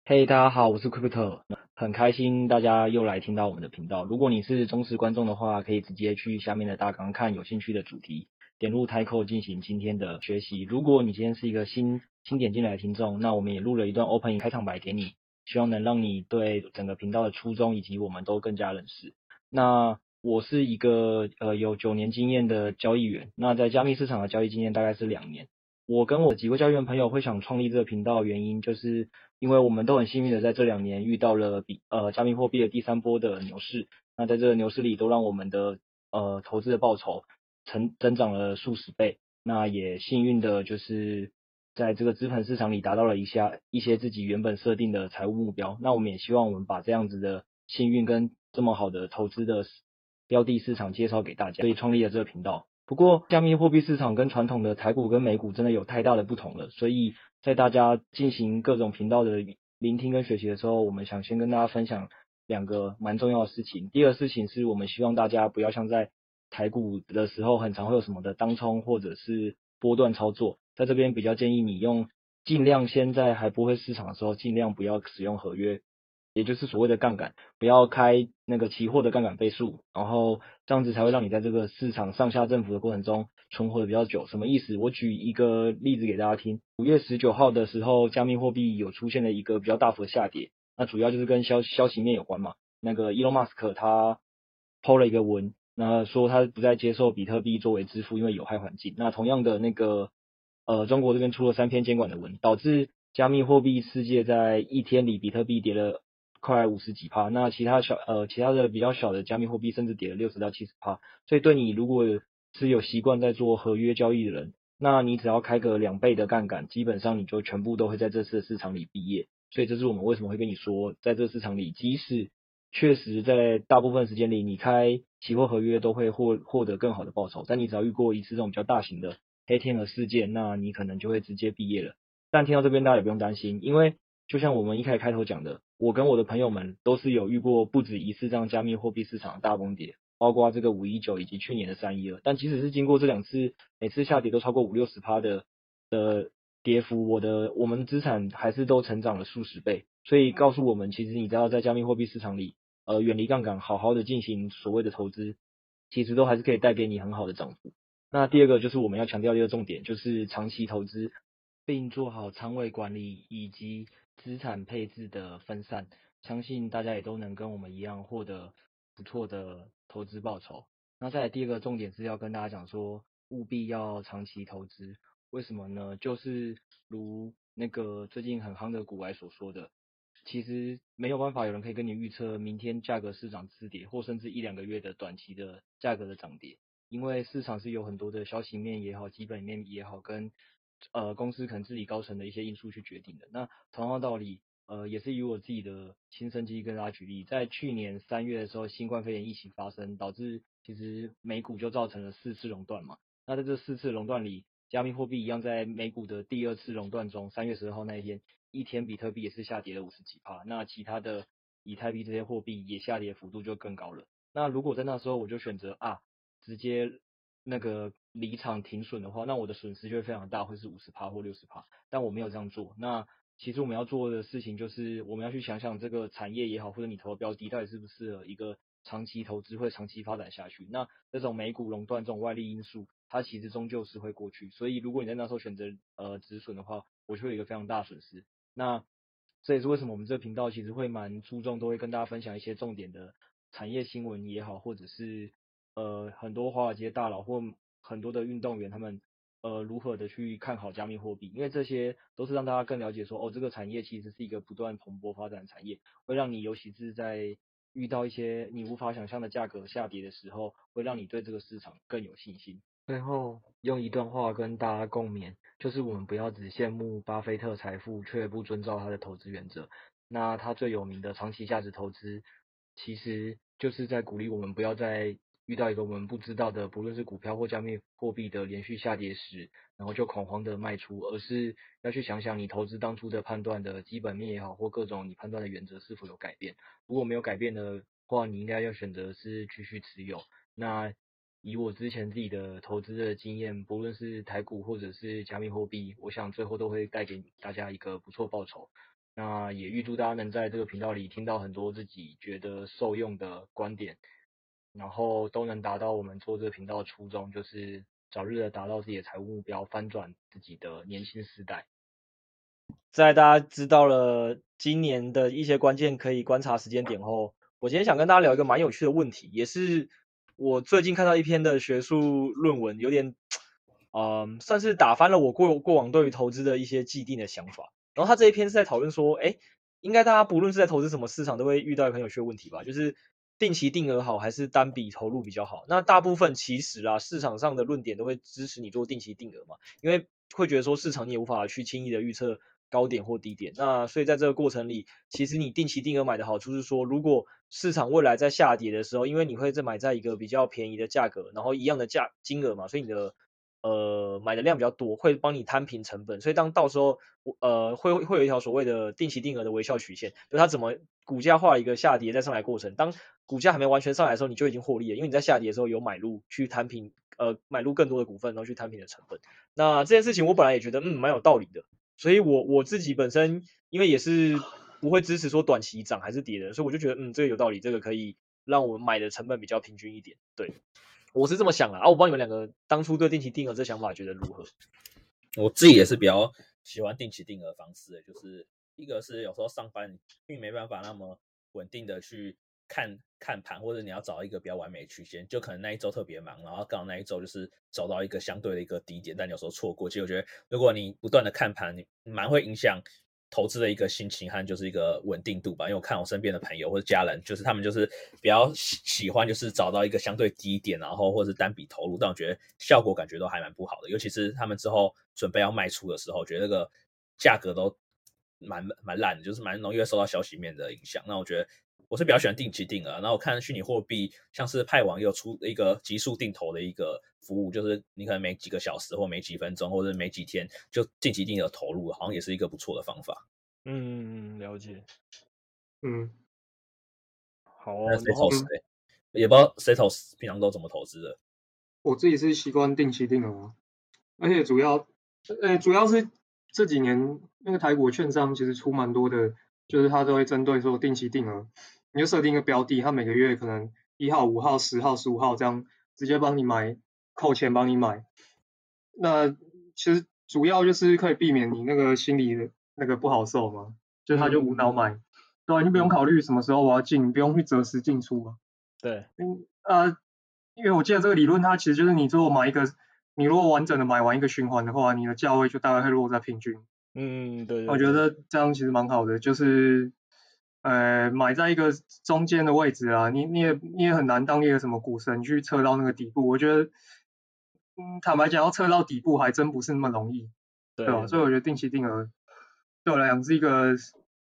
嘿，大家好，我是 Crypto，很开心大家又来听到我们的频道。如果你是忠实观众的话，可以直接去下面的大纲看有兴趣的主题，点入 Title 进行今天的学习。如果你今天是一个新点进来的听众，那我们也录了一段 Opening 开场白给你，希望能让你对整个频道的初衷以及我们都更加认识。那我是一个有9年经验的交易员，那在加密市场的交易经验大概是2年。我跟我的几位交易员朋友会想创立这个频道的原因，就是因为我们都很幸运的在这2年遇到了加密货币的第三波的牛市，那在这个牛市里都让我们的投资的报酬增长了数十倍，那也幸运的就是在这个资本市场里达到了一些自己原本设定的财务目标，那我们也希望我们把这样子的幸运跟这么好的投资的标的市场介绍给大家，所以创立了这个频道。不过，加密货币市场跟传统的台股跟美股真的有太大的不同了，所以在大家进行各种频道的聆听跟学习的时候，我们想先跟大家分享2个蛮重要的事情。第二个事情是我们希望大家不要像在台股的时候很常会有什么的当冲或者是波段操作，在这边比较建议你尽量先在还不会市场的时候，尽量不要使用合约，也就是所谓的杠杆，不要开那个期货的杠杆倍数，然后这样子才会让你在这个市场上下振幅的过程中存活的比较久。什么意思？我举一个例子给大家听。5月19号的时候，加密货币有出现了一个比较大幅的下跌，那主要就是跟消息面有关嘛。那个 Elon Musk 他 PO 了一个文，那说他不再接受比特币作为支付，因为有害环境。那同样的中国这边出了3篇监管的文，导致加密货币世界在一天里比特币跌了快50几%，那其他的比较小的加密货币甚至跌了60到70%。所以对你如果是有习惯在做合约交易的人，那你只要开个2倍的杠杆，基本上你就全部都会在这次的市场里毕业。所以这是我们为什么会跟你说，在这市场里，即使确实在大部分时间里，你开期货合约都会获得更好的报酬，但你只要遇过一次这种比较大型的黑天鹅事件，那你可能就会直接毕业了。但听到这边大家也不用担心，因为就像我们一开头讲的，我跟我的朋友们都是有遇过不止一次这样加密货币市场的大崩跌，包括这个519以及去年的312。但即使是经过这2次，每次下跌都超过50-60%的跌幅，我们的资产还是都成长了数十倍。所以告诉我们，其实你只要在加密货币市场里，远离杠杆，好好的进行所谓的投资，其实都还是可以带给你很好的涨幅。那第二个就是我们要强调的一个重点，就是长期投资，并做好仓位管理以及资产配置的分散，相信大家也都能跟我们一样获得不错的投资报酬。那再来第二个重点是要跟大家讲说，务必要长期投资。为什么呢？就是如那个最近很夯的股癌所说的，其实没有办法有人可以跟你预测明天价格市场次跌，或甚至1-2个月的短期的价格的涨跌，因为市场是有很多的消息面也好，基本面也好，跟公司可能治理高层的一些因素去决定的。那同样道理，也是以我自己的亲身经历跟大家举例，在去年3月的时候，新冠肺炎疫情发生，导致其实美股就造成了4次熔断嘛。那在这4次熔断里，加密货币一样在美股的第2次熔断中，3月12号那一天，一天比特币也是下跌了50几%，那其他的以太币这些货币也下跌幅度就更高了。那如果在那时候我就选择直接那个离场停损的话，那我的损失就会非常大，会是50%或60%。但我没有这样做。那其实我们要做的事情就是，我们要去想想这个产业也好，或者你投的标的到底适不适合一个长期投资或长期发展下去。那这种美股垄断这种外力因素，它其实终究是会过去。所以如果你在那时候选择止损的话，我就会有一个非常大的损失。那这也是为什么我们这个频道其实会蛮注重，都会跟大家分享一些重点的产业新闻也好，或者是很多华尔街大佬或很多的运动员他们如何的去看好加密货币，因为这些都是让大家更了解说，这个产业其实是一个不断蓬勃发展的产业，会让你尤其是在遇到一些你无法想象的价格下跌的时候，会让你对这个市场更有信心。最后用一段话跟大家共勉，就是我们不要只羡慕巴菲特财富，却不遵照他的投资原则。那他最有名的长期价值投资，其实就是在鼓励我们不要在遇到一个我们不知道的，不论是股票或加密货币的连续下跌时，然后就恐慌的卖出，而是要去想想你投资当初的判断的基本面也好，或各种你判断的原则是否有改变。如果没有改变的话，你应该要选择是继续持有。那以我之前自己的投资的经验，不论是台股或者是加密货币，我想最后都会带给大家一个不错报酬。 那也预祝大家能在这个频道里听到很多自己觉得受用的观点，然后都能达到我们做这个频道的初衷，就是早日的达到自己的财务目标，翻转自己的年轻世代。在大家知道了今年的一些关键可以观察时间点后，我今天想跟大家聊一个蛮有趣的问题，也是我最近看到一篇的学术论文，有点，算是打翻了我过往对于投资的一些既定的想法。然后他这一篇是在讨论说，应该大家不论是在投资什么市场，都会遇到一个很有趣的问题吧，就是定期定额好还是单笔投入比较好？那大部分其实啊，市场上的论点都会支持你做定期定额嘛，因为会觉得说市场你也无法去轻易的预测高点或低点。那所以在这个过程里，其实你定期定额买的好处是说，如果市场未来在下跌的时候，因为你会买在一个比较便宜的价格，然后一样的金额嘛，所以你的买的量比较多，会帮你摊平成本。所以当到时候会有一条所谓的定期定额的微笑曲线，就它怎么股价画一个下跌再上来过程，当股价还没完全上来的时候，你就已经获利了，因为你在下跌的时候有买入去摊平，买入更多的股份，然后去摊平的成本。那这件事情我本来也觉得蛮有道理的，所以我自己本身因为也是不会支持说短期涨还是跌的，所以我就觉得这个有道理，这个可以让我买的成本比较平均一点。对，我是这么想的啊。我不知道你们两个当初对定期定额这想法觉得如何？ 我自己也是比较喜欢定期定额方式，就是一个是有时候上班并没办法那么稳定的去看盘，或者你要找一个比较完美的曲线，就可能那一周特别忙，然后刚好那一周就是找到一个相对的一个低点，但有时候错过。其实我觉得，如果你不断的看盘，你蛮会影响投资的一个心情和就是一个稳定度吧。因为我看我身边的朋友或者家人，就是他们就是比较喜欢就是找到一个相对低点，然后或者是单笔投入，但我觉得效果感觉都还蛮不好的。尤其是他们之后准备要卖出的时候，觉得那个价格都蛮烂的，就是蛮容易会受到消息面的影响。那我觉得我是比较喜欢定期定额，然后我看虚拟货币像是派网也有出一个极速定投的一个服务，就是你可能每几个小时或每几分钟或者每几天就定期定额投入，好像也是一个不错的方法。 了解。 嗯， 好那哦，然后也不知道 Setos 平常都怎么投资的。 我自己是习惯定期定额，而且主要是这几年那个台股券商其实出蛮多的，就是它都会针对说定期定额，你就设定一个标的，它每个月可能1号、5号、10号、15号这样直接帮你买，扣钱帮你买。那其实主要就是可以避免你那个心里的那个不好受嘛，就他就无脑买，对啊，你不用考虑什么时候我要进，不用去择时进出嘛。 对， 因为我记得这个理论，它其实就是你如果买一个，你如果完整的买完一个循环的话，你的价位就大概会落在平均。 对， 我觉得这样其实蛮好的，就是买在一个中间的位置啊，你也很难当一个什么股神去测到那个底部。我觉得，坦白讲，要测到底部还真不是那么容易，对吧？所以我觉得定期定额对我来讲是一个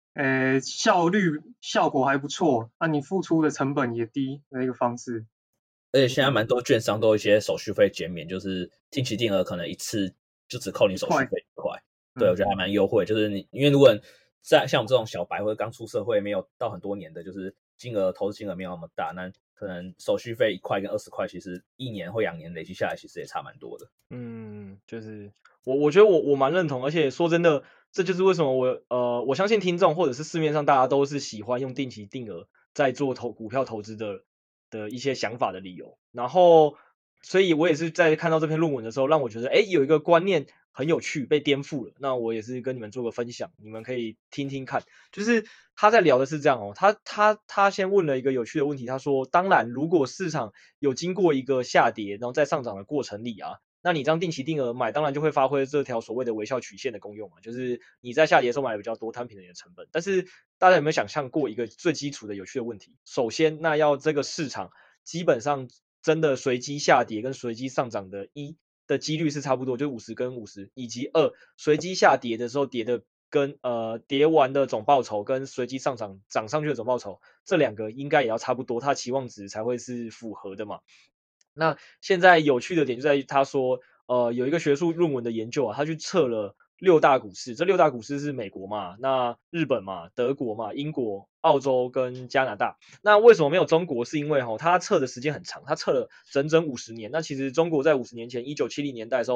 效果还不错，那你付出的成本也低的一个方式。 而且现在蛮多券商都有一些手续费减免，就是定期定额可能一次就只扣你手续费1块。对，我觉得还蛮优惠。就是你因为如果像我们这种小白或者刚出社会没有到很多年的，就是投资金额没有那么大，那可能手续费1块跟20块，其实1年或2年累积下来，其实也差蛮多的。 就是我觉得我蛮认同，而且说真的，这就是为什么我相信听众或者是市面上大家都是喜欢用定期定额在做股票投资的一些想法的理由。然后，所以我也是在看到这篇论文的时候，让我觉得有一个观念很有趣，被颠覆了。那我也是跟你们做个分享，你们可以听听看。就是他在聊的是这样哦，他先问了一个有趣的问题，他说，当然如果市场有经过一个下跌，然后在上涨的过程里啊。那你这样定期定额买，当然就会发挥这条所谓的微笑曲线的功用嘛，就是你在下跌的时候买的比较多，摊平了你的成本。但是大家有没有想象过一个最基础的有趣的问题？首先，那要这个市场基本上真的随机下跌跟随机上涨的的几率是差不多，就50跟50，以及2随机下跌的时候跌的跟跌完的总报酬跟随机上涨上去的总报酬，这两个应该也要差不多，它期望值才会是符合的嘛。那现在有趣的点就在于他说，有一个学术论文的研究啊，他去测了6大股市，这6大股市是美国嘛，那日本嘛，德国嘛，英国、澳洲跟加拿大。那为什么没有中国？是因为他测的时间很长，他测了整整50年。那其实中国在50年前，1970年代的时候，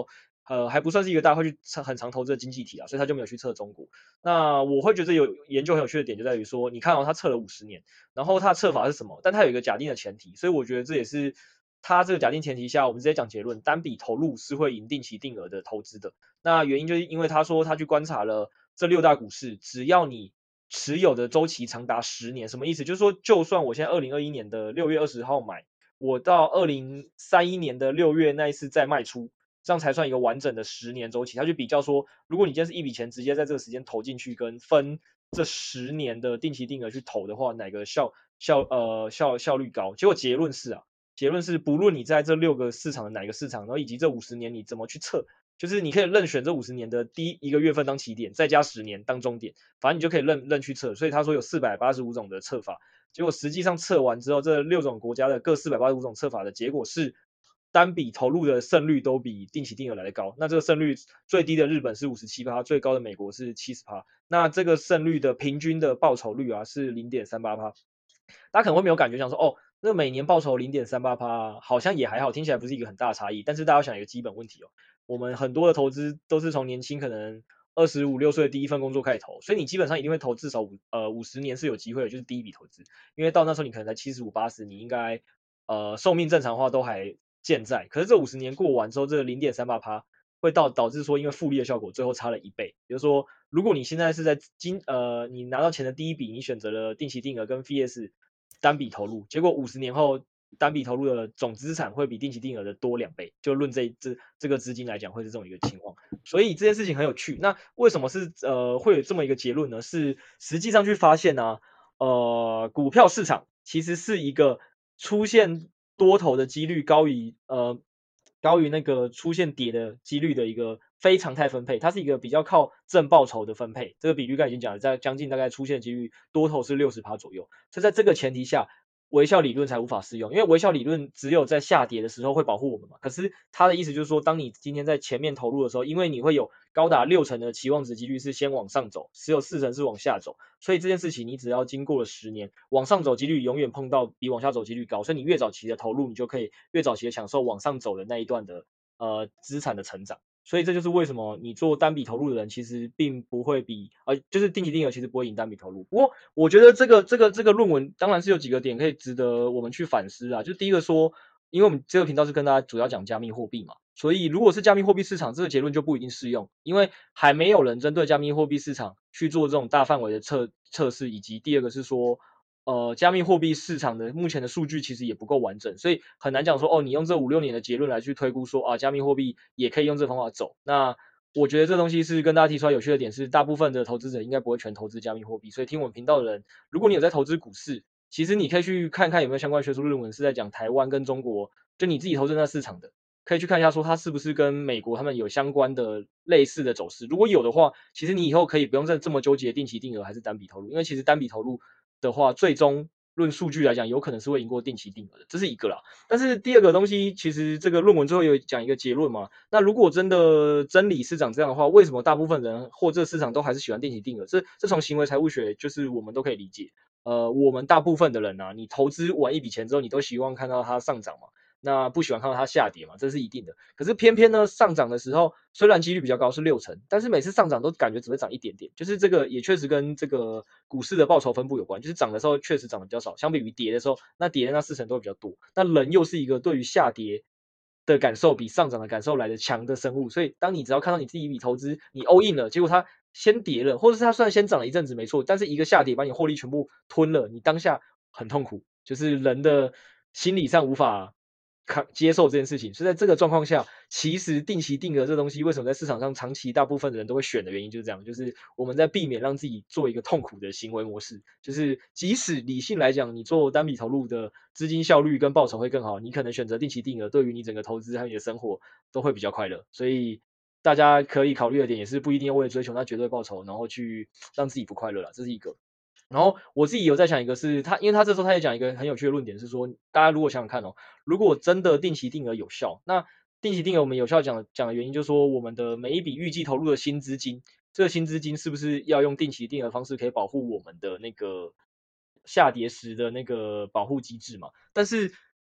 还不算是一个大家会去很常投资的经济体啊，所以他就没有去测中国。那我会觉得有研究很有趣的点就在于说，你看他测了50年，然后他的测法是什么？但他有一个假定的前提，所以我觉得这也是他这个假定前提下，我们直接讲结论，单笔投入是会赢定期定额的投资的。那原因就是因为他说他去观察了这6大股市，只要你持有的周期长达10年，什么意思？就是说，就算我现在2021年的6月20号买，我到2031年的6月那一次再卖出，这样才算一个完整的10年周期。他就比较说，如果你今天是一笔钱直接在这个时间投进去，跟分这10年的定期定额去投的话，哪个效率高？结果结论是不论你在这6个市场的哪个市场，然后以及这50年你怎么去测，就是你可以任选这50年的第一个月份当起点，再加10年当终点，反正你就可以任去测。所以他说有485种的测法，结果实际上测完之后，这6种国家的各485种测法的结果是，单笔投入的胜率都比定期定额来的高。那这个胜率最低的日本是57%，最高的美国是70%。那这个胜率的平均的报酬率啊是0.38%。大家可能会没有感觉，想说哦，那每年报酬0.38%，好像也还好，听起来不是一个很大的差异。但是大家要想一个基本问题哦，我们很多的投资都是从年轻可能25、6岁的第一份工作开始投，所以你基本上一定会投至少50年是有机会的，就是第一笔投资。因为到那时候你可能才75、80，你应该寿命正常化都还健在。可是这50年过完之后，这个0.38%会导致说，因为复利的效果，最后差了1倍。比如说，如果你现在是在你拿到钱的第一笔，你选择了定期定额跟 VS 单笔投入，结果50年后单笔投入的总资产会比定期定额的多2倍，就论这个资金来讲，会是这种一个情况。所以这件事情很有趣。那为什么是会有这么一个结论呢？是实际上去发现呢、股票市场其实是一个出现多头的几率高于那个出现跌的几率的一个非常态分配，它是一个比较靠正报酬的分配。这个比率刚才已经讲了，在将近大概出现的几率多头是60%左右。所以在这个前提下，微笑理论才无法适用，因为微笑理论只有在下跌的时候会保护我们嘛。可是他的意思就是说，当你今天在前面投入的时候，因为你会有高达60%的期望值几率是先往上走，只有40%是往下走，所以这件事情你只要经过了10年，往上走几率永远碰到比往下走几率高，所以你越早期的投入，你就可以越早期的享受往上走的那一段的资产的成长。所以这就是为什么你做单笔投入的人，其实并不会比就是定期定额其实不会赢单笔投入。不过我觉得这个论文当然是有几个点可以值得我们去反思啊。就第一个说，因为我们这个频道是跟大家主要讲加密货币嘛，所以如果是加密货币市场，这个结论就不一定适用，因为还没有人针对加密货币市场去做这种大范围的测试，以及第二个是说。加密货币市场的目前的数据其实也不够完整，所以很难讲说哦，你用这5、6年的结论来去推估说啊，加密货币也可以用这方法走。那我觉得这东西是跟大家提出来有趣的点是，大部分的投资者应该不会全投资加密货币，所以听我们频道的人，如果你有在投资股市，其实你可以去看看有没有相关学术论文是在讲台湾跟中国，就你自己投资那市场的，可以去看一下说它是不是跟美国他们有相关的类似的走势。如果有的话，其实你以后可以不用再这么纠结定期定额还是单笔投入，因为其实单笔投入的话，最终论数据来讲，有可能是会赢过定期定额的，这是一个啦。但是第二个东西，其实这个论文最后有讲一个结论嘛。那如果真的真理是长这样的话，为什么大部分人或这市场都还是喜欢定期定额？这从行为财务学就是我们都可以理解。我们大部分的人啊，你投资完一笔钱之后，你都希望看到它上涨嘛。那不喜欢看到它下跌嘛，这是一定的。可是偏偏呢，上涨的时候虽然几率比较高是60%，但是每次上涨都感觉只会涨一点点，就是这个也确实跟这个股市的报酬分布有关，就是涨的时候确实涨得比较少，相比于跌的时候，那跌的那4成都会比较多。那人又是一个对于下跌的感受比上涨的感受来的强的生物，所以当你只要看到你自己一笔投资你 all in 了，结果它先跌了，或者是它虽然先涨了一阵子没错，但是一个下跌把你获利全部吞了，你当下很痛苦，就是人的心理上无法接受这件事情。所以在这个状况下，其实定期定额这东西为什么在市场上长期大部分的人都会选的原因就是这样，就是我们在避免让自己做一个痛苦的行为模式，就是即使理性来讲，你做单笔投入的资金效率跟报酬会更好，你可能选择定期定额，对于你整个投资还有你的生活都会比较快乐。所以大家可以考虑的点也是不一定要为了追求那绝对报酬，然后去让自己不快乐啦，这是一个。然后我自己有在想一个是他，因为他这时候他也讲一个很有趣的论点是说，大家如果想想看哦，如果真的定期定额有效，那定期定额我们有效讲的原因就是说，我们的每一笔预计投入的新资金，这个新资金是不是要用定期定额方式可以保护我们的那个下跌时的那个保护机制嘛？但是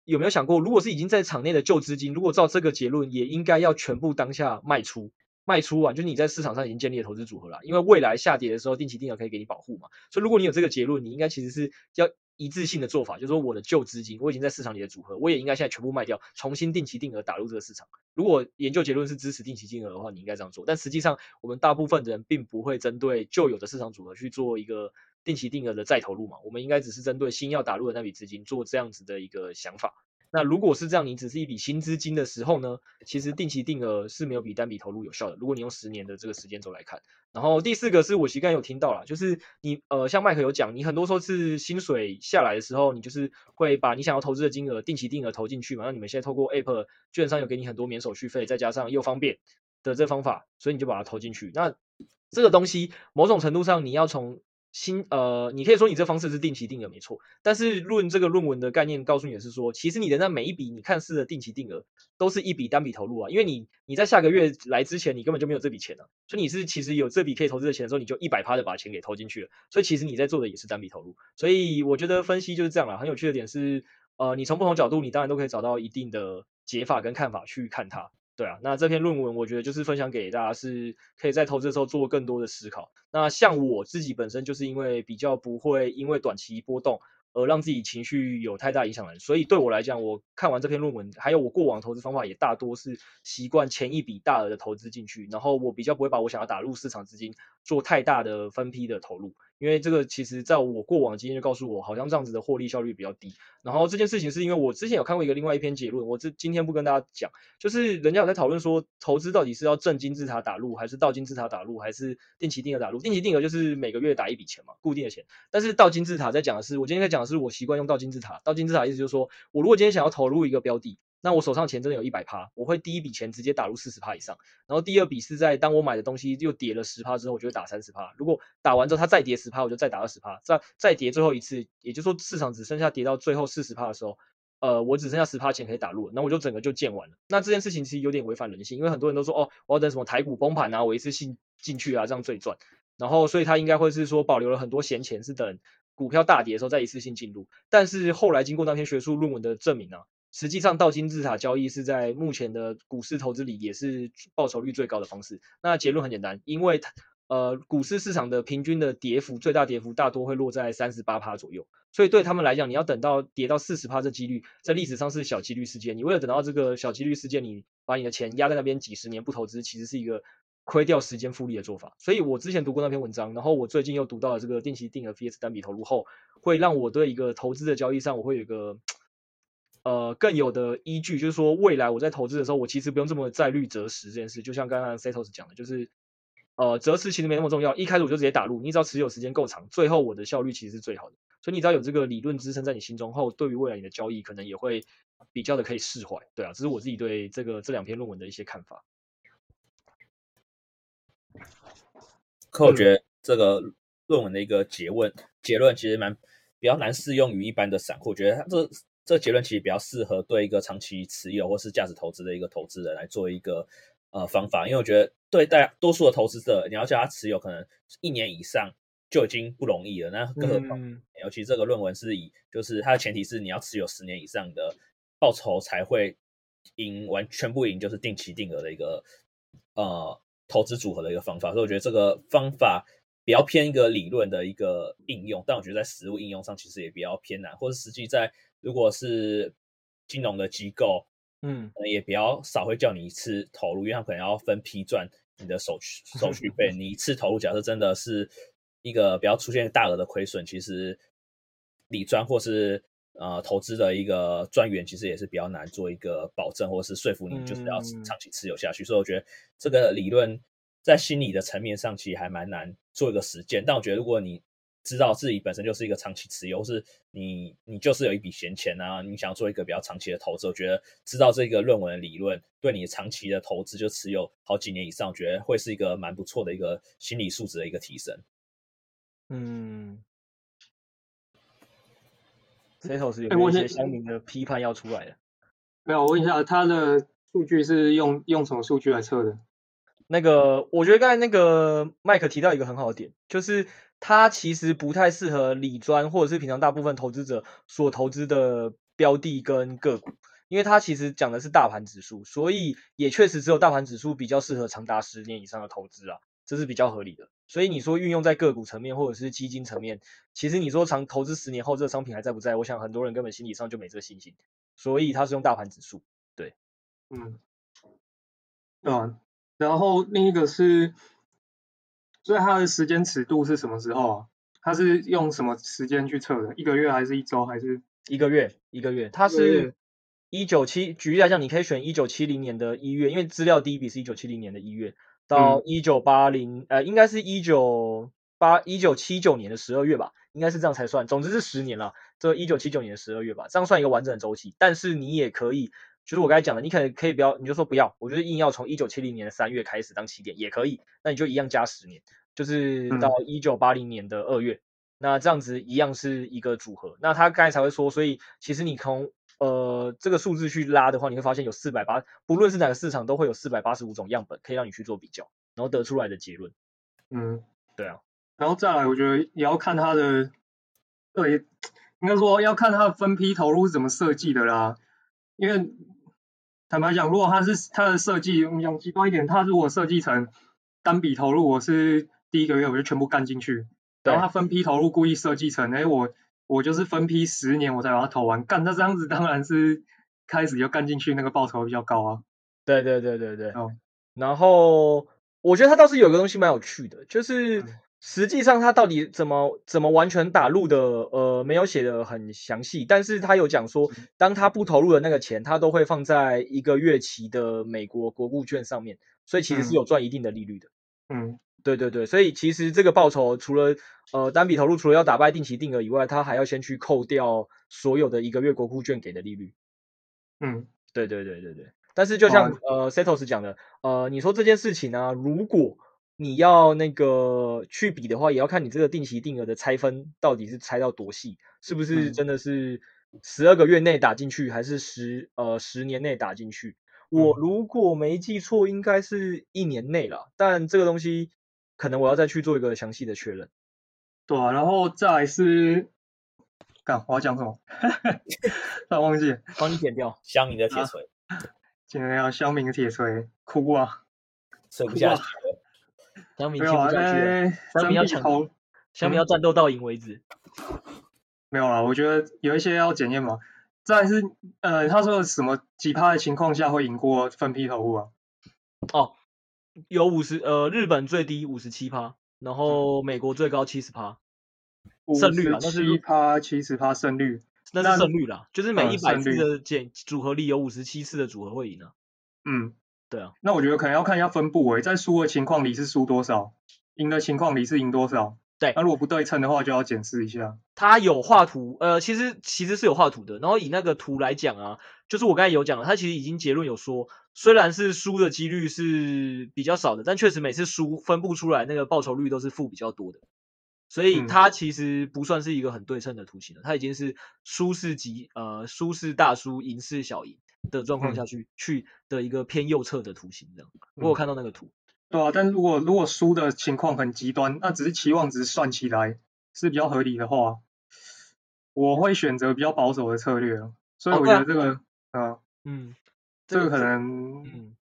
有没有想过，如果是已经在场内的旧资金，如果照这个结论，也应该要全部当下卖出。卖出完，就是你在市场上已经建立了投资组合了，因为未来下跌的时候，定期定额可以给你保护嘛。所以如果你有这个结论，你应该其实是要一致性的做法，就是说我的旧资金我已经在市场里的组合，我也应该现在全部卖掉，重新定期定额打入这个市场。如果研究结论是支持定期定额的话，你应该这样做。但实际上，我们大部分的人并不会针对旧有的市场组合去做一个定期定额的再投入嘛，我们应该只是针对新要打入的那笔资金做这样子的一个想法。那如果是这样，你只是一笔新资金的时候呢，其实定期定额是没有比单笔投入有效的。如果你用10年的这个时间轴来看，然后第4个是我其实刚才有听到啦，就是你像麦克有讲，你很多时候是薪水下来的时候，你就是会把你想要投资的金额定期定额投进去嘛。那你们现在透过 App 券商有给你很多免手续费，再加上又方便的这方法，所以你就把它投进去。那这个东西某种程度上你要从你可以说你这方式是定期定额没错，但是这个论文的概念告诉你的是说，其实你的那每一笔你看似的定期定额都是一笔单笔投入啊，因为你在下个月来之前你根本就没有这笔钱啊，所以你是其实有这笔可以投资的钱的时候，你就100%的把钱给投进去了，所以其实你在做的也是单笔投入，所以我觉得分析就是这样啦。很有趣的点是，你从不同角度你当然都可以找到一定的解法跟看法去看它。对啊，那这篇论文我觉得就是分享给大家，是可以在投资的时候做更多的思考。那像我自己本身就是因为比较不会因为短期波动而让自己情绪有太大影响的人，所以对我来讲，我看完这篇论文，还有我过往投资方法也大多是习惯前一笔大额的投资进去，然后我比较不会把我想要打入市场资金做太大的分批的投入，因为这个其实在我过往经验就告诉我，好像这样子的获利效率比较低。然后这件事情是因为我之前有看过另外一篇结论，今天不跟大家讲。就是人家有在讨论说，投资到底是要正金字塔打入，还是倒金字塔打入，还是定期定额打入？定期定额就是每个月打一笔钱嘛，固定的钱。但是倒金字塔在讲的是，我今天在讲的是我习惯用倒金字塔。倒金字塔意思就是说，我如果今天想要投入一个标的，那我手上钱真的有100%，我会第一笔钱直接打入40%以上，然后第二笔是在当我买的东西又跌了10%之后，我就会打30%。如果打完之后它再跌10%，我就再打20%，再跌最后一次，也就是说市场只剩下跌到最后40%的时候。我只剩下10%钱可以打入，那我就整个就建完了。那这件事情其实有点违反人性，因为很多人都说，哦，我要等什么台股崩盘啊，我一次性进去啊，这样最赚。然后，所以他应该会是说保留了很多闲钱，是等股票大跌的时候再一次性进入。但是后来经过那篇学术论文的证明啊，实际上倒金字塔交易是在目前的股市投资里也是报酬率最高的方式。那结论很简单，因为股市市场的平均的跌幅，最大跌幅大多会落在38%左右。所以对他们来讲，你要等到跌到40%这几率，在历史上是小几率事件。你为了等到这个小几率事件，你把你的钱压在那边几十年不投资，其实是一个亏掉时间复利的做法。所以我之前读过那篇文章，然后我最近又读到了这个定期定额 VS 单笔投入后，会让我对一个投资的交易上，我会有一个更有的依据，就是说未来我在投资的时候，我其实不用这么再虑择时这件事。就像刚刚 Setos 讲的，就是择时其实没那么重要，一开始我就直接打入，你只要持有时间够长，最后我的效率其实是最好的。所以你只要有这个理论支撑在你心中后，对于未来你的交易可能也会比较的可以释怀。对啊，这是我自己对这2篇论文的一些看法。 可我觉得这个论文的一个结论其实比较难适用于一般的散户，我觉得这结论其实比较适合对一个长期持有或是价值投资的一个投资人来做一个方法，因为我觉得对大多数的投资者，你要叫他持有可能1年以上就已经不容易了，那更何况尤其这个论文是就是它的前提是你要持有10年以上的报酬才会全部赢，就是定期定额的一个投资组合的一个方法，所以我觉得这个方法比较偏一个理论的一个应用，但我觉得在实务应用上其实也比较偏难，或者实际在如果是金融的机构，也比较少会叫你一次投入，因为他可能要分批赚你的手续费，你一次投入假设真的是一个比较出现大额的亏损，其实理专或是投资的一个专员其实也是比较难做一个保证，或者是说服你就是要长期持有下去，所以我觉得这个理论在心理的层面上其实还蛮难做一个实践，但我觉得如果你知道自己本身就是一个长期持有，或是你就是有一笔闲钱啊，你想要做一个比较长期的投资，我觉得知道这个论文的理论对你长期的投资就持有好几年以上，我觉得会是一个蛮不错的一个心理素质的一个提升。 Setos 有没有一些乡民的批判要出来了？ 没有，我问一下，他的数据是用什么数据来测的？ 我觉得刚才那个麦克提到一个很好的点，就是它其实不太适合理专或者是平常大部分投资者所投资的标的跟个股，因为它其实讲的是大盘指数，所以也确实只有大盘指数比较适合长达10年以上的投资啊，这是比较合理的。所以你说运用在个股层面或者是基金层面，其实你说长投资10年后这个商品还在不在，我想很多人根本心理上就没这个信心，所以它是用大盘指数。对， 对啊。然后另一个是，所以它的时间尺度是什么时候啊？它是用什么时间去测的？1个月还是1周还是一个月，它是举例来讲，你可以选1970年的1月，因为资料第一笔是1970年的1月到1980，应该是1979年的12月吧，应该是这样才算。总之是10年了，这1979年的12月吧，这样算一个完整的周期。但是你也可以，就是我刚才讲的，你可以不要，你就说不要，我觉得硬要从1970年的3月开始当起点也可以，那你就一样加10年，就是到1980年的2月。那这样子一样是一个组合，那他刚才才会说，所以其实你从这个数字去拉的话，你会发现有480，不论是哪个市场都会有485种样本可以让你去做比较，然后得出来的结论。对啊。 然后再来，我觉得也要看它的，对，应该说要看它的分批投入是怎么设计的啦。因为坦白讲，如果它的设计，我们讲极端一点，它如果设计成单笔投入，我是第1个月我就全部干进去，然后它分批投入故意设计成，我就是分批10年我才把它投完，干，那这样子当然是开始就干进去，那个报酬比较高啊。 对。然后我觉得它倒是有个东西蛮有趣的，就是实际上它到底怎么完全打入的，没有写的很详细，但是他有讲说，当他不投入的那个钱，他都会放在1个月期的美国国库券上面，所以其实是有赚一定的利率的。对，所以其实这个报酬除了单笔投入除了要打败定期定额以外，他还要先去扣掉所有的1个月国库券给的利率。对。但是就像Setos 讲的，你说这件事情啊，如果你要那个去比的话，也要看你这个定期定额的拆分到底是拆到多细，是不是真的是12个月内打进去，还是10年内打进去？我如果没记错，应该是1年内啦，但这个东西可能我要再去做一个详细的确认。 对啊，然后再来是，我要讲什么？突然忘记了， 帮你剪掉。 乡民的铁锤， 今天要乡民的铁锤，哭啊， 睡不下去了。 乡民听不下去了，乡民要战斗到赢为止。 没有啦，我觉得有一些要检验嘛。再来是他说什么几趴的情况下会赢过分批投入啊？ 有日本最低57%，然后美国最高70%。胜率啦，那是 7%、70%胜率， 那是胜率啦，就是每100次的组合里有57次的组合会赢啊。对啊。 那我觉得可能要看一下分布在输的情况里是输多少，赢的情况里是赢多少。 对， 那如果不对称的话，就要检视一下。 他有画图，其实是有画图的。然后以那个图来讲啊，就是我刚才有讲了，他其实已经结论有说，虽然是输的几率是比较少的，但确实每次输分布出来那个报酬率都是负比较多的。所以它其实不算是一个很对称的图形了，它已经是输是大输，赢是小赢的状况下去的一个偏右侧的图形这样。我有看到那个图。 对啊，但如果输的情况很极端，那只是期望值算起来是比较合理的话，我会选择比较保守的策略。所以我觉得这个这个可能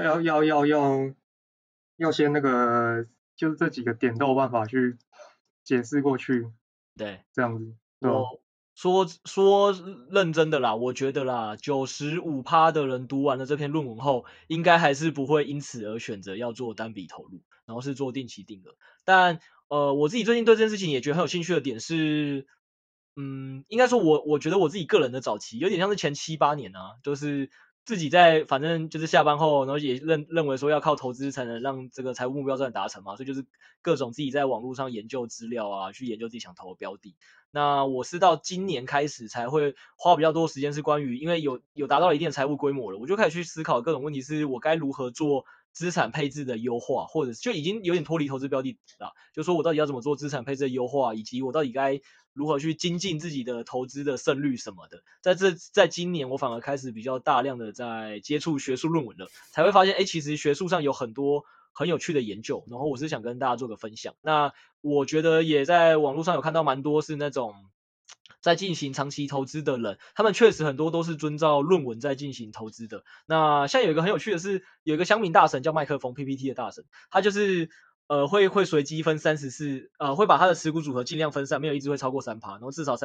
要先那个，就是这几个点都有办法去解释过去。 对， 这样子。 我说认真的啦，我觉得啦，95%的人读完了这篇论文后，应该还是不会因此而选择要做单笔投入，然后是做定期定额。但我自己最近对这件事情也觉得很有兴趣的点是，应该说我觉得我自己个人的早期有点像是前7、8年啊，就是自己在反正就是下班后，然后也认为说要靠投资才能让这个财务目标真的达成嘛，所以就是各种自己在网络上研究资料啊，去研究自己想投的标的。那我是到今年开始才会花比较多时间，是关于因为有达到一定的财务规模了，我就开始去思考各种问题，是我该如何做资产配置的优化，或者就已经有点脱离投资标的啦，就说我到底要怎么做资产配置的优化，以及我到底该如何去精进自己的投资的胜率什么的。在今年我反而开始比较大量的在接触学术论文了，才会发现其实学术上有很多很有趣的研究，然后我是想跟大家做个分享。那我觉得也在网络上有看到蛮多是那种在进行长期投资的人，他们确实很多都是遵照论文在进行投资的。那像有一个很有趣的是，有一个乡民大神叫麦克风 PPT 的大神，他就是会随机分34会把他的持股组合尽量分散，没有一只会超过3%，然后至少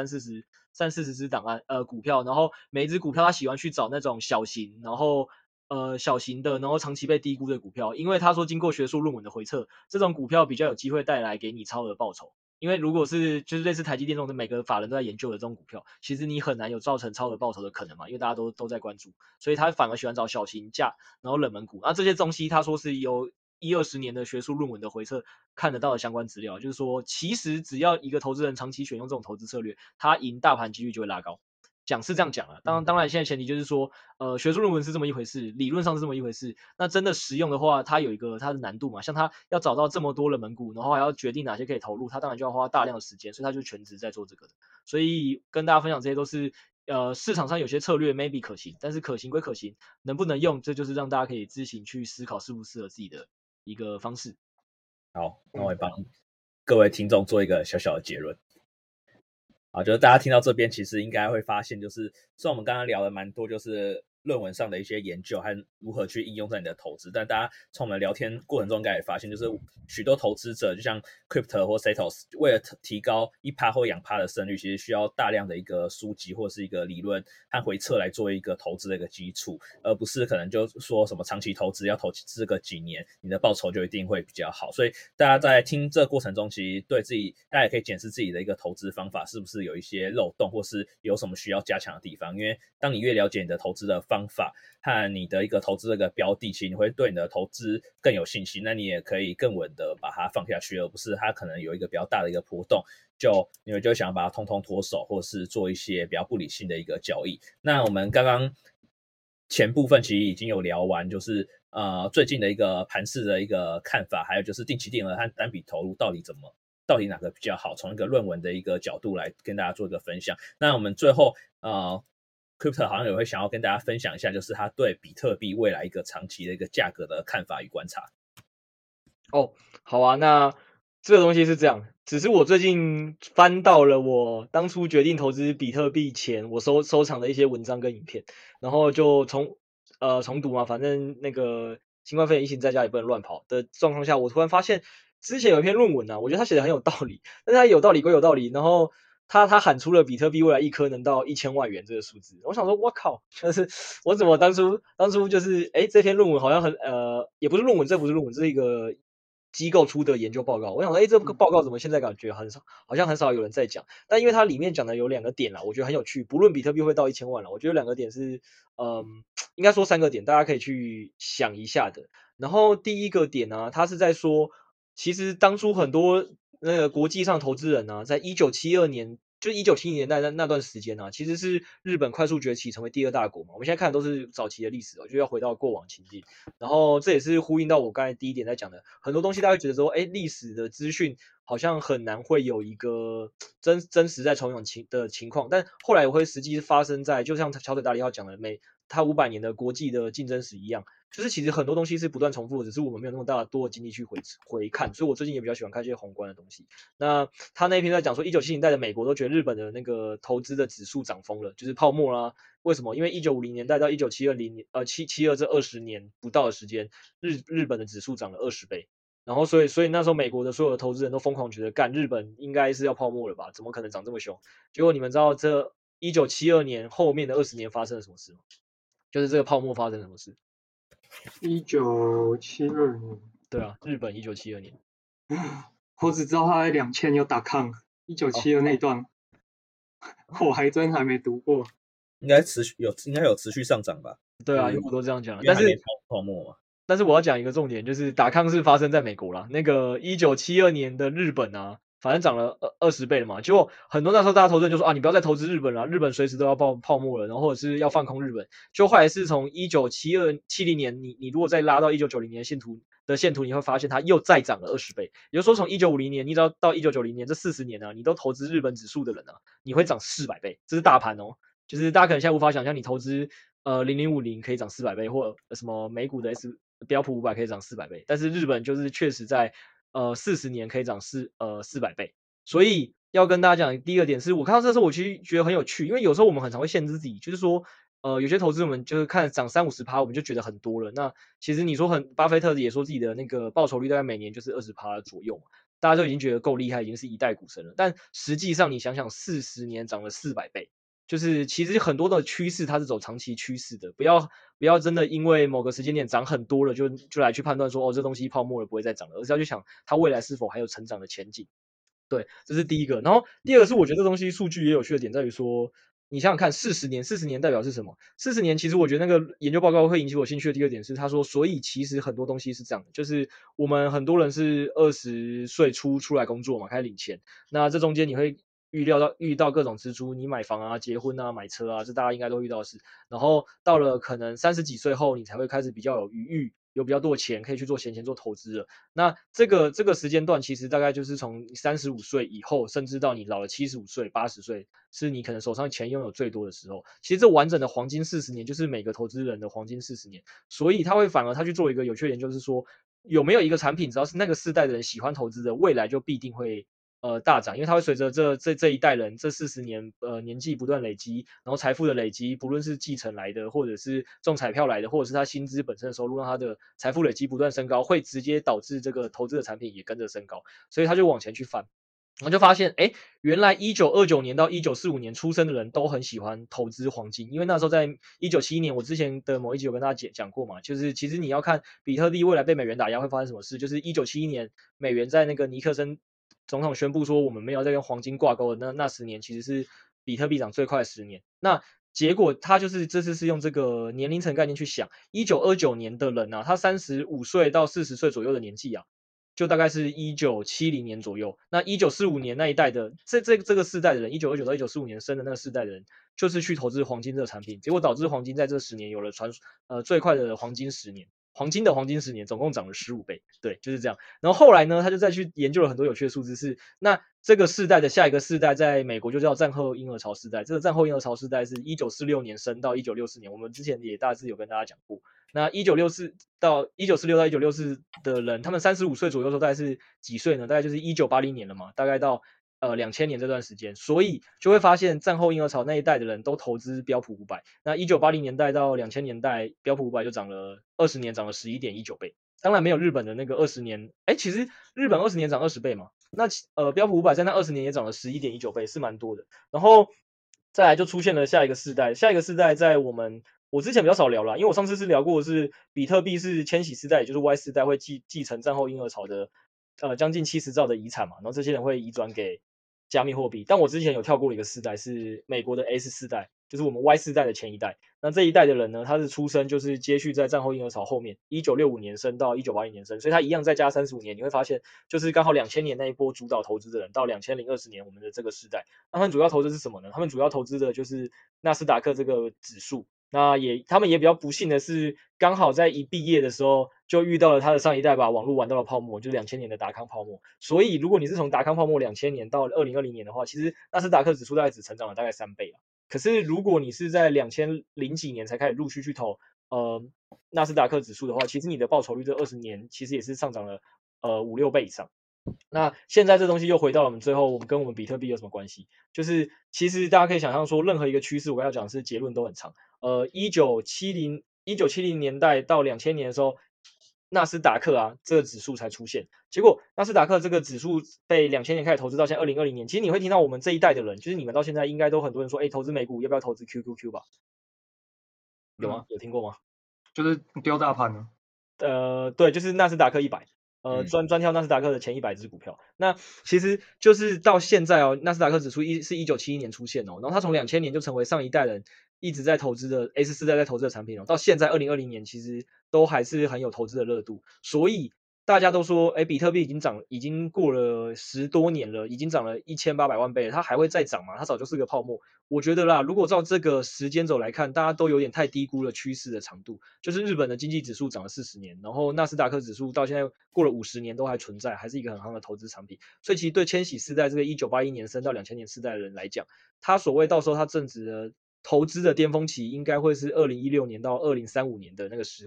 30-40只档案股票，然后每一只股票他喜欢去找那种小型，然后小型的，然后长期被低估的股票，因为他说经过学术论文的回测，这种股票比较有机会带来给你超额报酬。因为如果是就是类似台积电这种每个法人都在研究的这种股票，其实你很难有造成超额报酬的可能嘛，因为大家都在关注，所以他反而喜欢找小型价，然后冷门股。那这些东西他说是有10-20年的学术论文的回测看得到的相关资料，就是说其实只要一个投资人长期选用这种投资策略，他赢大盘几率就会拉高。讲是这样讲啊，当然现在前提就是说，学术论文是这么一回事，理论上是这么一回事。那真的实用的话，它有一个它的难度嘛，像它要找到这么多冷门股，然后还要决定哪些可以投入，它当然就要花大量的时间，所以它就全职在做这个的。所以跟大家分享这些都是市场上有些策略 maybe 可行，但是可行归可行，能不能用，这就是让大家可以自行去思考适不适合自己的一个方式。 好，那我也帮各位听众做一个小小的结论。啊，就是大家听到这边，其实应该会发现，就是虽然我们刚刚聊了蛮多，就是论文上的一些研究和如何去应用在你的投资，但大家从我们聊天过程中应该也发现，就是许多投资者，就像 Crypto 或 Setos， 为了提高1%或2%的胜率，其实需要大量的一个书籍或是一个理论和回测来做一个投资的一个基础，而不是可能就说什么长期投资要投资个几年，你的报酬就一定会比较好。所以大家在听这过程中，其实对自己，大家也可以检视自己的一个投资方法是不是有一些漏洞，或是有什么需要加强的地方。因为当你越了解你的投资的方法和你的一个投资的一个标的，其实你会对你的投资更有信心，那你也可以更稳的把它放下去，而不是它可能有一个比较大的一个波动，你们就想把它通通脱手，或是做一些比较不理性的一个交易。那我们刚刚前部分其实已经有聊完，就是最近的一个盘势的一个看法，还有就是定期定额和单笔投入到底哪个比较好，从一个论文的一个角度来跟大家做一个分享。那我们最后Crypto 好像也会想要跟大家分享一下，就是他对比特币未来一个长期的一个价格的看法与观察。 哦，好啊，那这个东西是这样，只是我最近翻到了我当初决定投资比特币前我收藏的一些文章跟影片，然后就重读嘛，反正那个新冠肺炎疫情在家也不能乱跑的状况下，我突然发现之前有一篇论文啊，我觉得他写的很有道理，但是他有道理归有道理，然后他喊出了比特币未来一颗能到1000万元这个数字，我想说，我靠，就是我怎么当初就是这篇论文好像也不是论文，这不是论文，这是一个机构出的研究报告。我想说，这个报告怎么现在感觉好像很少有人在讲？但因为它里面讲的有2个点啦，我觉得很有趣。不论比特币会到1000万了，我觉得2个点是，应该说3个点，大家可以去想一下的。然后第一个点呢，它是在说，其实当初很多那个国际上投资人啊，在1972年。就1970年代那段时间啊，其实是日本快速崛起成为第2大国嘛。我们现在看的都是早期的历史，就要回到过往情境。然后这也是呼应到我刚才第一点在讲的，很多东西大家会觉得说，历史的资讯好像很难会有一个真实在重涌的情况，但后来也会实际发生在，就像乔水达里奥讲的，他500年的国际的竞争史一样，就是其实很多东西是不断重复的，只是我们没有那么多的精力去回看，所以我最近也比较喜欢看一些宏观的东西。那他那一篇在讲说，1970年代的美国都觉得日本的那个投资的指数涨疯了，就是泡沫啦。为什么？因为1950年代到1972这20年不到的时间，日本的指数涨了20倍。然后所以那时候美国的所有的投资人都疯狂觉得，干日本应该是要泡沫了吧？怎么可能涨这么凶？结果你们知道这1972年后面的20年发生了什么事吗？就是这个泡沫发生了什么事 ？1972年。 对啊，日本1972年。 我只知道他在2000有打抗，1972那段，我还真还没读过。 应该有持续上涨吧？ 对啊，因为我都这样讲， 但是泡沫嘛。 但是我要讲一个重点，就是打抗是发生在美国啦。那个1972年的日本啊，反正涨了20倍了嘛。结果很多那时候大家投资人就说啊，你不要再投资日本了，日本随时都要泡沫了，然后或者是要放空日本。就后来是从1970年，你如果再拉到1990年的线图，你会发现它又再涨了20倍。也就是说，从1950年你只要到1990年这40年啊，你都投资日本指数的人啊，你会涨400倍，这是大盘哦。就是大家可能现在无法想象，你投资0050可以涨400倍，或什么美股的标普500可以涨400倍，但是日本就是确实在40年可以涨400倍，所以要跟大家讲的第一个点是，我看到这时候我其实觉得很有趣，因为有时候我们很常会限制自己，就是说，有些投资我们就是看涨30-50%，我们就觉得很多了。那其实你说巴菲特也说自己的那个报酬率大概每年就是20%左右嘛，大家都已经觉得够厉害，已经是一代股神了。但实际上你想想，40年涨了400倍。就是其实很多的趋势它是走长期趋势的，不要真的因为某个时间点涨很多了就来去判断说这东西泡沫了不会再涨了，而是要去想它未来是否还有成长的前景。对，这是第一个。然后第二个是我觉得这东西数据也有趣的点在于说，你想想看，40年代表是什么？40年其实我觉得那个研究报告会引起我兴趣的第二点是，他说，所以其实很多东西是这样的，就是我们很多人是20岁出来工作嘛，开始领钱，那这中间你会遇到各种支出，你买房啊、结婚啊、买车啊，这大家应该都遇到的事。然后到了可能30几岁后，你才会开始比较有余裕，有比较多的钱可以去做闲钱做投资了。那这个时间段其实大概就是从35岁以后，甚至到你老了75岁、80岁，是你可能手上钱拥有最多的时候。其实这完整的黄金40年，就是每个投资人的黄金40年。所以反而他去做一个有趣的研究，就是说有没有一个产品，只要是那个世代的人喜欢投资的，未来就必定会大涨，因为它会随着这一代人这40年年纪不断累积，然后财富的累积，不论是继承来的，或者是中彩票来的，或者是他薪资本身的收入，让他的财富累积不断升高，会直接导致这个投资的产品也跟着升高，所以他就往前去翻。我就发现，原来1929年到1945年出生的人都很喜欢投资黄金，因为那时候在1971年，我之前的某一集有跟大家讲过嘛，就是其实你要看比特币未来被美元打压会发生什么事，就是1971年美元在那个尼克森总统宣布说我们没有再跟黄金挂钩的那10年，其实是比特币涨最快的10年。那结果他就是这次是用这个年龄层概念去想，1929年的人啊，他35岁到40岁左右的年纪啊，就大概是1970年左右。那1945年那一代的这个世代的人，1929到1945年生的那个世代的人，就是去投资黄金这个产品，结果导致黄金在这10年有了最快的黄金10年。黄金10年总共涨了15倍，对，就是这样。然后后来呢，他就再去研究了很多有趣的数字是，那这个世代的下一个世代在美国就叫战后婴儿潮世代。这个战后婴儿潮世代是1946年生到1964年，我们之前也大致有跟大家讲过。那1946到1964的人，他们35岁左右的时候大概是几岁呢？大概就是1980年了嘛，大概到2000年这段时间，所以就会发现战后婴儿潮那一代的人都投资标普500。那1980年代到2000年代，标普500就涨了20年，涨了11.19倍。当然没有日本的那个20年，其实日本20年涨20倍嘛，那标普500在那20年也涨了11.19倍，是蛮多的。然后再来就出现了下一个世代，下一个世代在我之前比较少聊啦，因为我上次是聊过的是比特币是千禧世代，也就是 Y 世代会继承战后婴儿潮的将近70兆的遗产嘛，然后这些人会移转给加密货币。但我之前有跳过了一个世代，是美国的 S 世代，就是我们 Y 世代的前一代。那这一代的人呢，他是出生就是接续在战后婴儿潮后面，1965年生到1980年生，所以他一样再加35年，你会发现就是刚好2000年那一波主导投资的人到2020年我们的这个世代，那他们主要投资是什么呢？他们主要投资的就是纳斯达克这个指数。那他们也比较不幸的是，刚好在一毕业的时候就遇到了他的上一代把网络玩到了泡沫，就是2000年的达康泡沫。所以如果你是从达康泡沫2000年到2020年的话，其实纳斯达克指数大概只成长了大概3倍。可是如果你是在2000几年才开始陆续去投纳斯达克指数的话，其实你的报酬率这20年其实也是上涨了5-6倍以上。那现在这东西又回到了我们最后，我们跟我们比特币有什么关系？就是其实大家可以想象说，任何一个趋势，我要讲的是结论都很长。1970年代到2000年的时候，纳斯达克啊这个指数才出现。结果纳斯达克这个指数被2000年开始投资到现在2020年，其实你会听到我们这一代的人，就是你们到现在应该都很多人说，投资美股要不要投资 QQQ 吧？有吗？有听过吗？ 就是标大盘啊。 对，就是纳斯达克100。专挑纳斯达克的前100只股票。那其实就是到现在纳斯达克指数是1971年出现然后它从2000年就成为上一代人一直在投资的 S 世代在投资的产品到现在2020年其实都还是很有投资的热度。所以大家都说，比特币已经过了10多年了，已经涨了1800万倍了，它还会再涨吗？它早就是个泡沫。我觉得啦，如果照这个时间轴来看，大家都有点太低估了趋势的长度。就是日本的经济指数涨了40年，然后纳斯达克指数到现在过了50年都还存在，还是一个很夯的投资产品。所以其实对千禧世代这个1981年生到2000年世代的人来讲，他所谓到时候他正值的投资的巅峰期应该会是2016年到2035年的那个时候。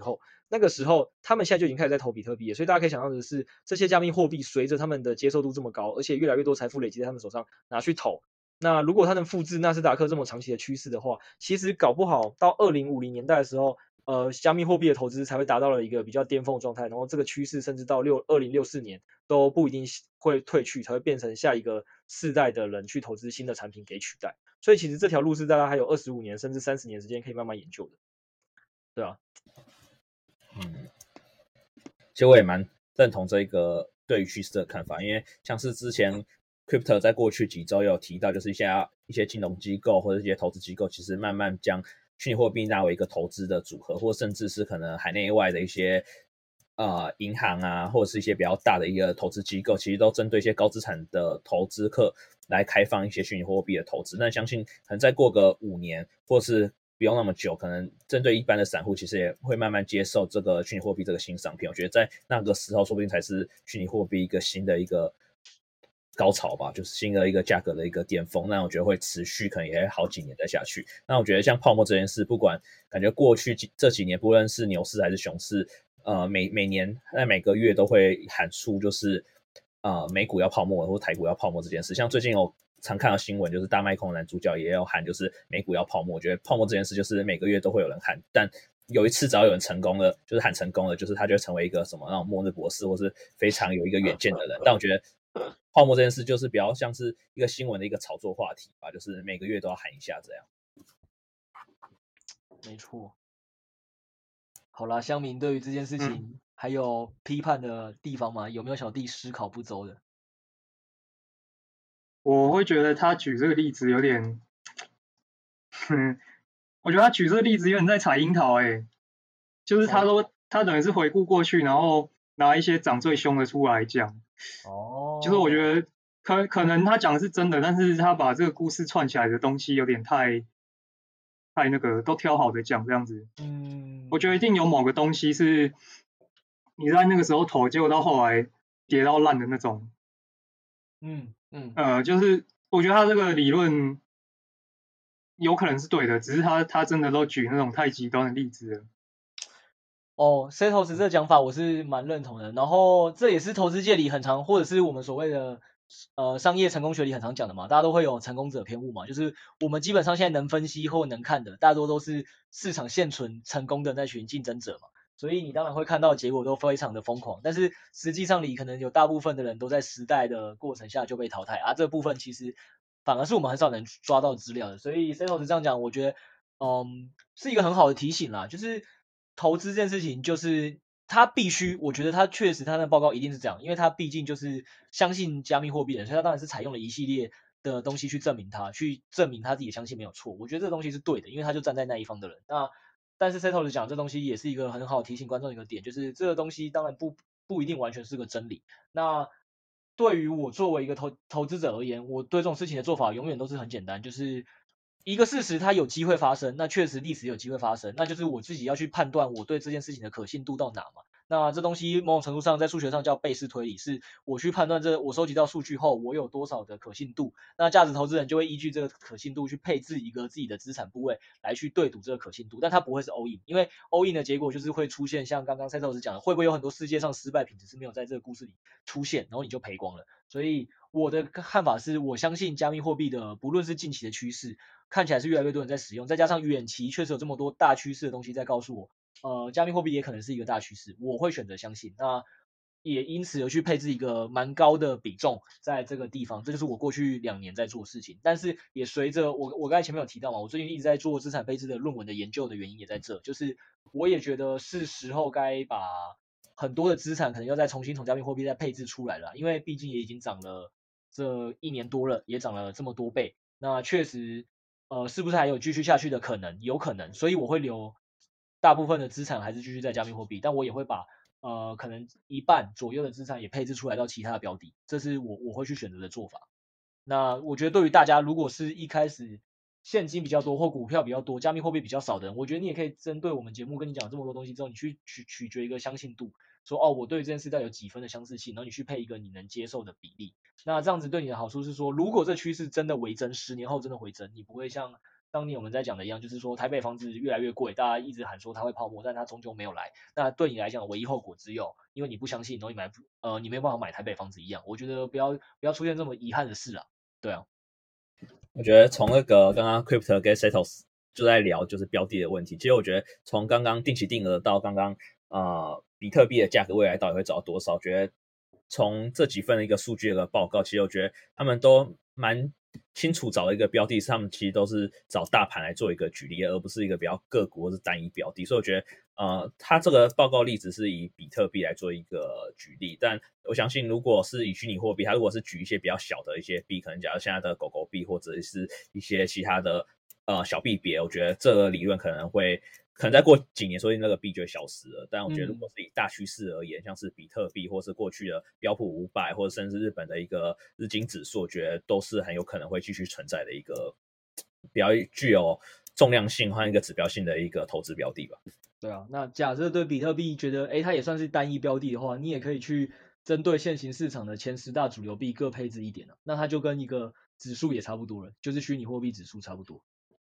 那个时候他们现在就已经开始在投比特币了，所以大家可以想象的是，这些加密货币随着他们的接受度这么高，而且越来越多财富累积在他们手上，拿去投。那如果他能复制纳斯达克这么长期的趋势的话，其实搞不好到2050年代的时候，加密货币的投资才会达到了一个比较巅峰的状态，然后这个趋势甚至到2064年都不一定会退去，才会变成下一个世代的人去投资新的产品给取代。所以其实这条路是大概还有25年甚至30年时间可以慢慢研究的，对啊。 其实我也蛮认同这个对于趋势的看法，因为像是之前 Crypto 在过去几周有提到，就是一些金融机构或者一些投资机构，其实慢慢将虚拟货币纳为一个投资的组合，或甚至是可能海内外的一些银行啊，或者是一些比较大的一个投资机构，其实都针对一些高资产的投资客来开放一些虚拟货币的投资。那相信可能再过个5年，或是不用那么久，可能针对一般的散户，其实也会慢慢接受这个虚拟货币这个新商品。我觉得在那个时候，说不定才是虚拟货币一个新的一个高潮吧，就是新的一个价格的一个巅峰。那我觉得会持续，可能也会好几年再下去。那我觉得像泡沫这件事，不管感觉过去这几年，不论是牛市还是熊市，每年每个月都会喊出就是美股要泡沫或台股要泡沫这件事。像最近有常看到新闻，就是大麦空的男主角也有喊，就是美股要泡沫。我觉得泡沫这件事就是每个月都会有人喊，但有一次只要有人成功了，就是喊成功了，就是他就会成为一个什么那种末日博士，或是非常有一个远见的人。但我觉得泡沫这件事就是比较像是一个新闻的一个炒作话题吧，就是每个月都要喊一下这样。 没错。好啦，乡民对于这件事情还有批判的地方吗？有没有小弟思考不周的？ 我会觉得他举这个例子有点，我觉得他举这个例子有点在采樱桃就是他说他等于是回顾过去，然后拿一些长最凶的出来讲。就是我觉得可能他讲的是真的，但是他把这个故事串起来的东西有点太那个都挑好的讲这样子。我觉得一定有某个东西是你在那个时候投，结果到后来跌到烂的那种。就是我觉得他这个理论有可能是对的，只是他真的都举那种太极端的例子了。 Setos 这个讲法我是蛮认同的，然后这也是投资界里很常，或者是我们所谓的商业成功学里很常讲的嘛，大家都会有成功者偏误嘛，就是我们基本上现在能分析或能看的，大多都是市场现存成功的那群竞争者嘛，所以你当然会看到结果都非常的疯狂，但是实际上里可能有大部分的人都在时代的过程下就被淘汰啊，这部分其实反而是我们很少能抓到资料的，所以 Setos 这样讲，我觉得是一个很好的提醒啦，就是投资这件事情，就是他必须，我觉得他确实他的报告一定是这样，因为他毕竟就是相信加密货币的人，所以他当然是采用了一系列的东西去证明他自己相信没有错。我觉得这个东西是对的，因为他就站在那一方的人。那但是 Setos 讲这东西也是一个很好提醒观众的一个点，就是这个东西当然不一定完全是个真理。那对于我作为一个投资者而言，我对这种事情的做法永远都是很简单，就是一个事实它有机会发生，那确实历史有机会发生，那就是我自己要去判断我对这件事情的可信度到哪嘛。那这东西某种程度上在数学上叫贝氏推理，是我去判断我收集到数据后我有多少的可信度，那价值投资人就会依据这个可信度去配置一个自己的资产部位来去对赌这个可信度，但它不会是 all in， 因为 all in 的结果就是会出现像刚刚赛老师讲的，会不会有很多世界上失败品只是没有在这个故事里出现，然后你就赔光了。所以我的看法是，我相信加密货币的不论是近期的趋势，看起来是越来越多人在使用，再加上远期确实有这么多大趋势的东西在告诉我，加密货币也可能是一个大趋势，我会选择相信。那也因此而去配置一个蛮高的比重在这个地方，这就是我过去2年在做的事情。但是也随着我刚才前面有提到嘛，我最近一直在做资产配置的论文的研究的原因也在这，就是我也觉得是时候该把很多的资产可能要再重新从加密货币再配置出来了，因为毕竟也已经涨了这1年多了，也涨了这么多倍，那确实是不是还有继续下去的可能？有可能，所以我会留大部分的资产还是继续在加密货币，但我也会把可能1半左右的资产也配置出来到其他的标的，这是我会去选择的做法。那我觉得对于大家，如果是一开始现金比较多或股票比较多，加密货币比较少的人，我觉得你也可以针对我们节目跟你讲这么多东西之后，你去取决一个相信度，说我对这件事到底有几分的相似性，然后你去配一个你能接受的比例。那这样子对你的好处是说，如果这趋势真的为真，10年后真的回真，你不会像当年我们在讲的一样，就是说台北房子越来越贵，大家一直喊说它会泡沫，但它终究没有来。那对你来讲，唯一后果只有因为你不相信，然后你没有办法买台北房子一样。我觉得不要出现这么遗憾的事啊。对啊， 我觉得从那个刚刚 Crypto 跟 Setos 就在聊就是标的的问题，其实我觉得从刚刚定期定额到刚刚比特币的价格未来到底会走到多少，我觉得从这几份的一个数据的报告，其实我觉得他们都蛮清楚找了一个标的，是他们其实都是找大盘来做一个举例，而不是一个比较个股或是单一标的。所以我觉得它这个报告例子是以比特币来做一个举例，但我相信如果是以虚拟货币，它如果是举一些比较小的一些币，可能假如现在的狗狗币或者是一些其他的小币别，我觉得这个理论可能再过几年，所以那个币就会消失了。但我觉得，如果是以大趋势而言，像是比特币，或是过去的标普500，或者甚至日本的一个日经指数，我觉得都是很有可能会继续存在的一个比较具有重量性和一个指标性的一个投资标的吧。 对啊，那假设对比特币觉得，它也算是单一标的的话，你也可以去针对现行市场的前10大主流币各配置一点啊，那它就跟一个指数也差不多了，就是虚拟货币指数差不多。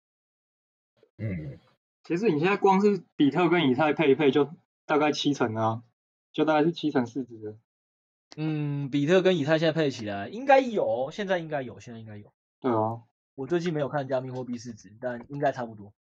其实你现在光是比特跟以太配一配，就大概7成啊，就大概是7成市值的。 比特跟以太现在配起来应该有，现在应该有。 对啊， 我最近没有看加密货币市值，但应该差不多。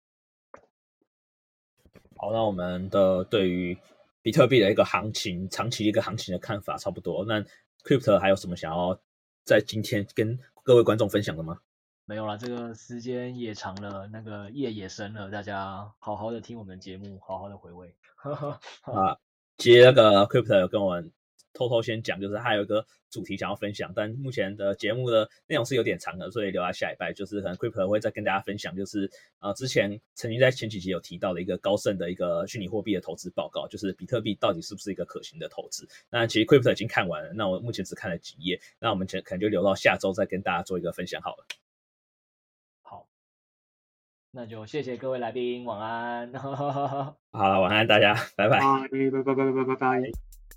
好，那我们的对于比特币的一个行情，长期一个行情的看法差不多。那 Crypto 还有什么想要在今天跟各位观众分享的吗？ 没有啦，这个时间也长了，那个夜也深了，大家好好的听我们的节目，好好的回味。 其实那个 Crypto 有跟我们偷偷先讲，就是他有一个主题想要分享，但目前的节目的内容是有点长的，所以留在下礼拜，就是可能 Crypto 会再跟大家分享，就是之前曾经在前几集有提到的一个高盛的一个虚拟货币的投资报告，就是比特币到底是不是一个可行的投资。那其实 Crypto 已经看完了，那我目前只看了几页，那我们可能就留到下周再跟大家做一个分享好了。 好，那就谢谢各位来宾，晚安。 好了，晚安大家，拜拜。 拜。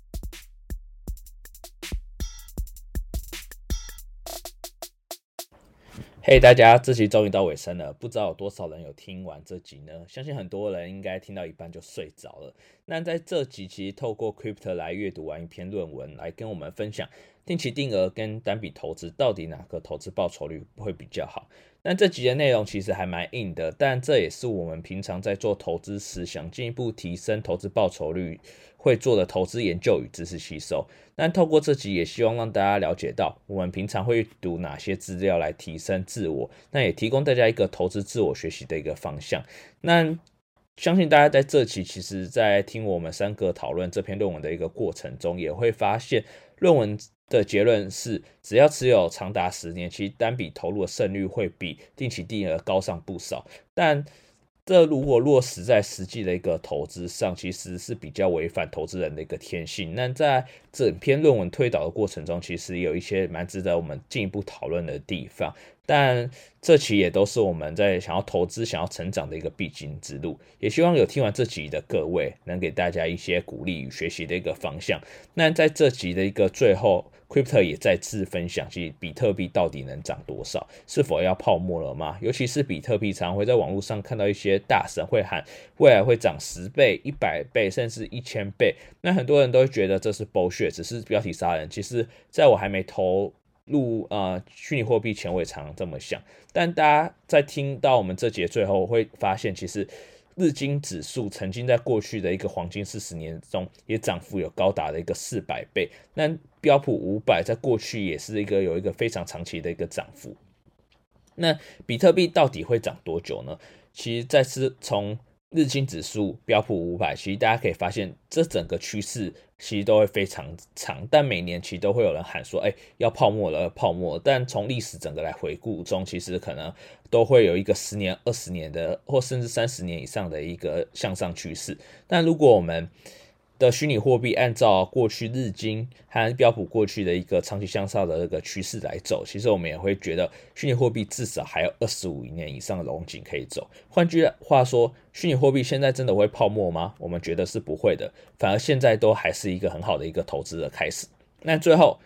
嘿、大家，这集终于到尾声了，不知道有多少人有听完这集呢？相信很多人应该听到一半就睡着了。那在这集其实透过 Crypto 来阅读完一篇论文，来跟我们分享定期定额跟单笔投资到底哪个投资报酬率会比较好。那这集的内容其实还蛮硬的，但这也是我们平常在做投资时想进一步提升投资报酬率会做的投资研究与知识吸收。那透过这集也希望让大家了解到我们平常会读哪些资料来提升自我，那也提供大家一个投资自我学习的一个方向。那相信大家在这期其实在听我们3个讨论这篇论文的一个过程中，也会发现论文的结论是，只要持有长达10年，其实单笔投入的胜率会比定期定额高上不少。但这如果落实在实际的一个投资上，其实是比较违反投资人的一个天性。那在整篇论文推导的过程中，其实有一些蛮值得我们进一步讨论的地方。但这期也都是我们在想要投资、想要成长的一个必经之路。也希望有听完这集的各位，能给大家一些鼓励与学习的一个方向。那在这集的一个最后，Crypto 也再次分享，其实比特币到底能涨多少？是否要泡沫了吗？尤其是比特币，常会在网络上看到一些大神会喊未来会涨10倍、100倍，甚至1000倍。那很多人都会觉得这是 bullshit， 只是标题杀人。其实，在我还没投入虚拟货币前，我也常常这么想。但大家在听到我们这节最后，会发现其实日经指数曾经在过去的一个黄金40年中，也涨幅有高达的一个400倍。那标普500在过去也是有一个非常长期的一个涨幅。那比特币到底会涨多久呢？其实再次从日经指数、标普500，其实大家可以发现，这整个趋势其实都会非常长，但每年其实都会有人喊说，要泡沫了，要泡沫了。但从历史整个来回顾中，其实可能都会有一个10年、20年的，或甚至30年以上的一个向上趋势。但如果我们的虚拟货币按照过去日经和标普过去的一个长期向上的这个趋势来走，其实我们也会觉得虚拟货币至少还有25年以上的龙井可以走。换句话说，虚拟货币现在真的会泡沫吗？我们觉得是不会的，反而现在都还是一个很好的一个投资的开始。那最后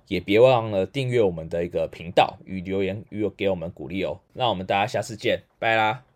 也别忘了订阅我们的一个频道与留言与给我们鼓励哦。那我们大家下次见，拜啦。